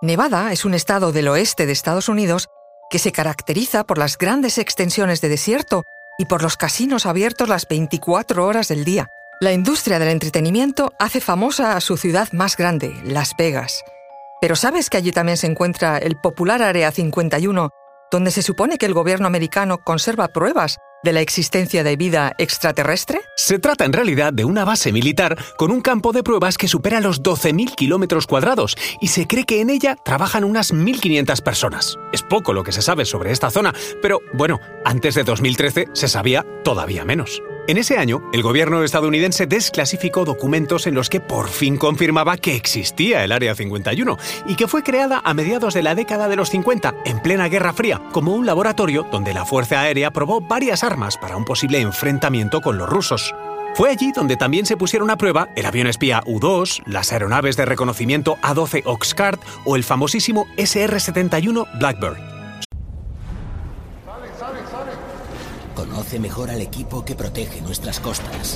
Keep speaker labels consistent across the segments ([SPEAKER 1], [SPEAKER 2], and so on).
[SPEAKER 1] Nevada es un estado del oeste de Estados Unidos que se caracteriza por las grandes extensiones de desierto y por los casinos abiertos las 24 horas del día. La industria del entretenimiento hace famosa a su ciudad más grande, Las Vegas. Pero ¿sabes que allí también se encuentra el popular Área 51, donde se supone que el gobierno americano conserva pruebas de la existencia de vida extraterrestre?
[SPEAKER 2] Se trata en realidad de una base militar con un campo de pruebas que supera los 12.000 kilómetros cuadrados y se cree que en ella trabajan unas 1.500 personas. Es poco lo que se sabe sobre esta zona, pero bueno, antes de 2013 se sabía todavía menos. En ese año, el gobierno estadounidense desclasificó documentos en los que por fin confirmaba que existía el Área 51 y que fue creada a mediados de la década de los 50, en plena Guerra Fría, como un laboratorio donde la Fuerza Aérea probó varias armas para un posible enfrentamiento con los rusos. Fue allí donde también se pusieron a prueba el avión espía U-2, las aeronaves de reconocimiento A-12 Oxcart o el famosísimo SR-71 Blackbird.
[SPEAKER 3] Conoce mejor al equipo que protege nuestras costas.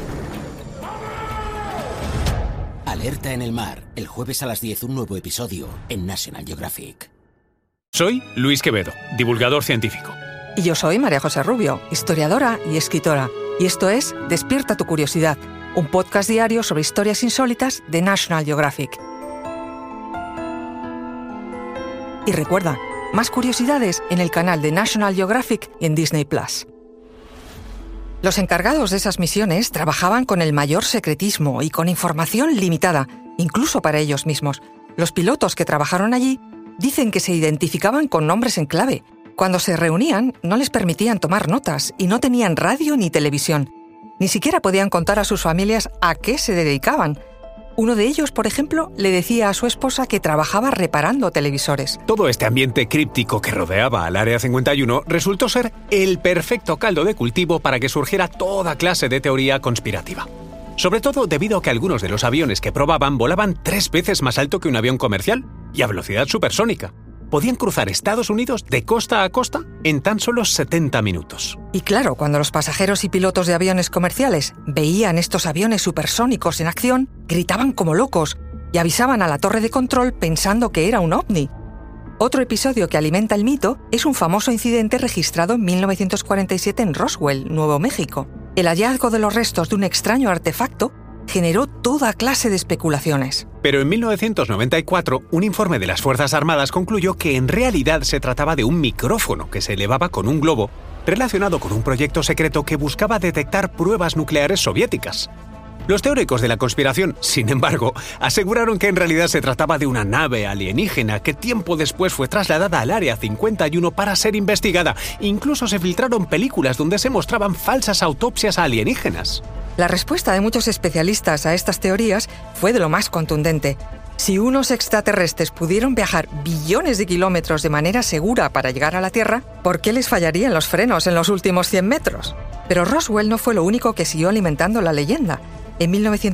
[SPEAKER 3] Alerta en el mar. El jueves a las 10, un nuevo episodio en National Geographic.
[SPEAKER 2] Soy Luis Quevedo, divulgador científico.
[SPEAKER 1] Y yo soy María José Rubio, historiadora y escritora. Y esto es Despierta tu curiosidad, un podcast diario sobre historias insólitas de National Geographic. Y recuerda, más curiosidades en el canal de National Geographic y en Disney+. Los encargados de esas misiones trabajaban con el mayor secretismo y con información limitada, incluso para ellos mismos. Los pilotos que trabajaron allí dicen que se identificaban con nombres en clave. Cuando se reunían, no les permitían tomar notas y no tenían radio ni televisión. Ni siquiera podían contar a sus familias a qué se dedicaban. Uno de ellos, por ejemplo, le decía a su esposa que trabajaba reparando televisores.
[SPEAKER 2] Todo este ambiente críptico que rodeaba al Área 51 resultó ser el perfecto caldo de cultivo para que surgiera toda clase de teoría conspirativa. Sobre todo debido a que algunos de los aviones que probaban volaban 3 veces más alto que un avión comercial y a velocidad supersónica. Podían cruzar Estados Unidos de costa a costa en tan solo 70 minutos.
[SPEAKER 1] Y claro, cuando los pasajeros y pilotos de aviones comerciales veían estos aviones supersónicos en acción, gritaban como locos y avisaban a la torre de control pensando que era un ovni. Otro episodio que alimenta el mito es un famoso incidente registrado en 1947 en Roswell, Nuevo México. El hallazgo de los restos de un extraño artefacto generó toda clase de especulaciones.
[SPEAKER 2] Pero en 1994, un informe de las Fuerzas Armadas concluyó que en realidad se trataba de un micrófono que se elevaba con un globo relacionado con un proyecto secreto que buscaba detectar pruebas nucleares soviéticas. Los teóricos de la conspiración, sin embargo, aseguraron que en realidad se trataba de una nave alienígena que tiempo después fue trasladada al Área 51 para ser investigada. Incluso se filtraron películas donde se mostraban falsas autopsias a alienígenas.
[SPEAKER 1] La respuesta de muchos especialistas a estas teorías fue de lo más contundente. Si unos extraterrestres pudieron viajar billones de kilómetros de manera segura para llegar a la Tierra, ¿por qué les fallarían los frenos en los últimos 100 metros? Pero Roswell no fue lo único que siguió alimentando la leyenda. En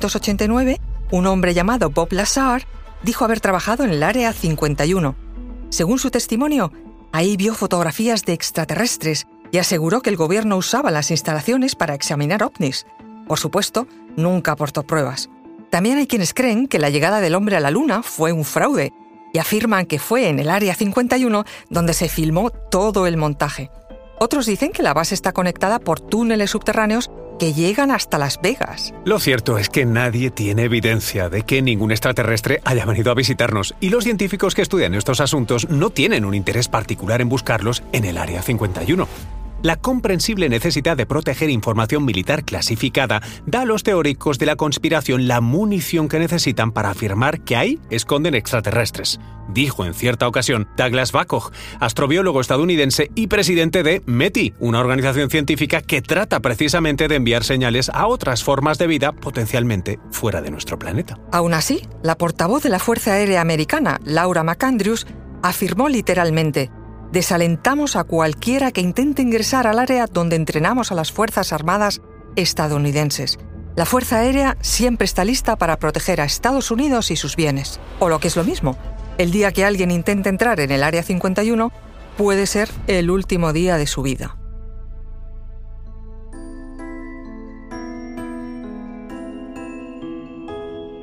[SPEAKER 1] 1989, un hombre llamado Bob Lazar dijo haber trabajado en el Área 51. Según su testimonio, ahí vio fotografías de extraterrestres y aseguró que el gobierno usaba las instalaciones para examinar ovnis. Por supuesto, nunca aportó pruebas. También hay quienes creen que la llegada del hombre a la Luna fue un fraude y afirman que fue en el Área 51 donde se filmó todo el montaje. Otros dicen que la base está conectada por túneles subterráneos que llegan hasta Las Vegas.
[SPEAKER 2] Lo cierto es que nadie tiene evidencia de que ningún extraterrestre haya venido a visitarnos y los científicos que estudian estos asuntos no tienen un interés particular en buscarlos en el Área 51. La comprensible necesidad de proteger información militar clasificada da a los teóricos de la conspiración la munición que necesitan para afirmar que ahí esconden extraterrestres, dijo en cierta ocasión Douglas Bacoch, astrobiólogo estadounidense y presidente de METI, una organización científica que trata precisamente de enviar señales a otras formas de vida potencialmente fuera de nuestro planeta.
[SPEAKER 1] Aún así, la portavoz de la Fuerza Aérea Americana, Laura McAndrews, afirmó literalmente: desalentamos a cualquiera que intente ingresar al área donde entrenamos a las Fuerzas Armadas estadounidenses. La Fuerza Aérea siempre está lista para proteger a Estados Unidos y sus bienes. O lo que es lo mismo, el día que alguien intente entrar en el Área 51 puede ser el último día de su vida.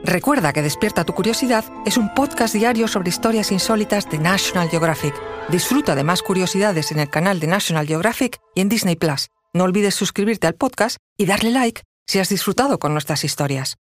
[SPEAKER 1] Recuerda que Despierta tu Curiosidad es un podcast diario sobre historias insólitas de National Geographic. Disfruta de más curiosidades en el canal de National Geographic y en Disney+. No olvides suscribirte al podcast y darle like si has disfrutado con nuestras historias.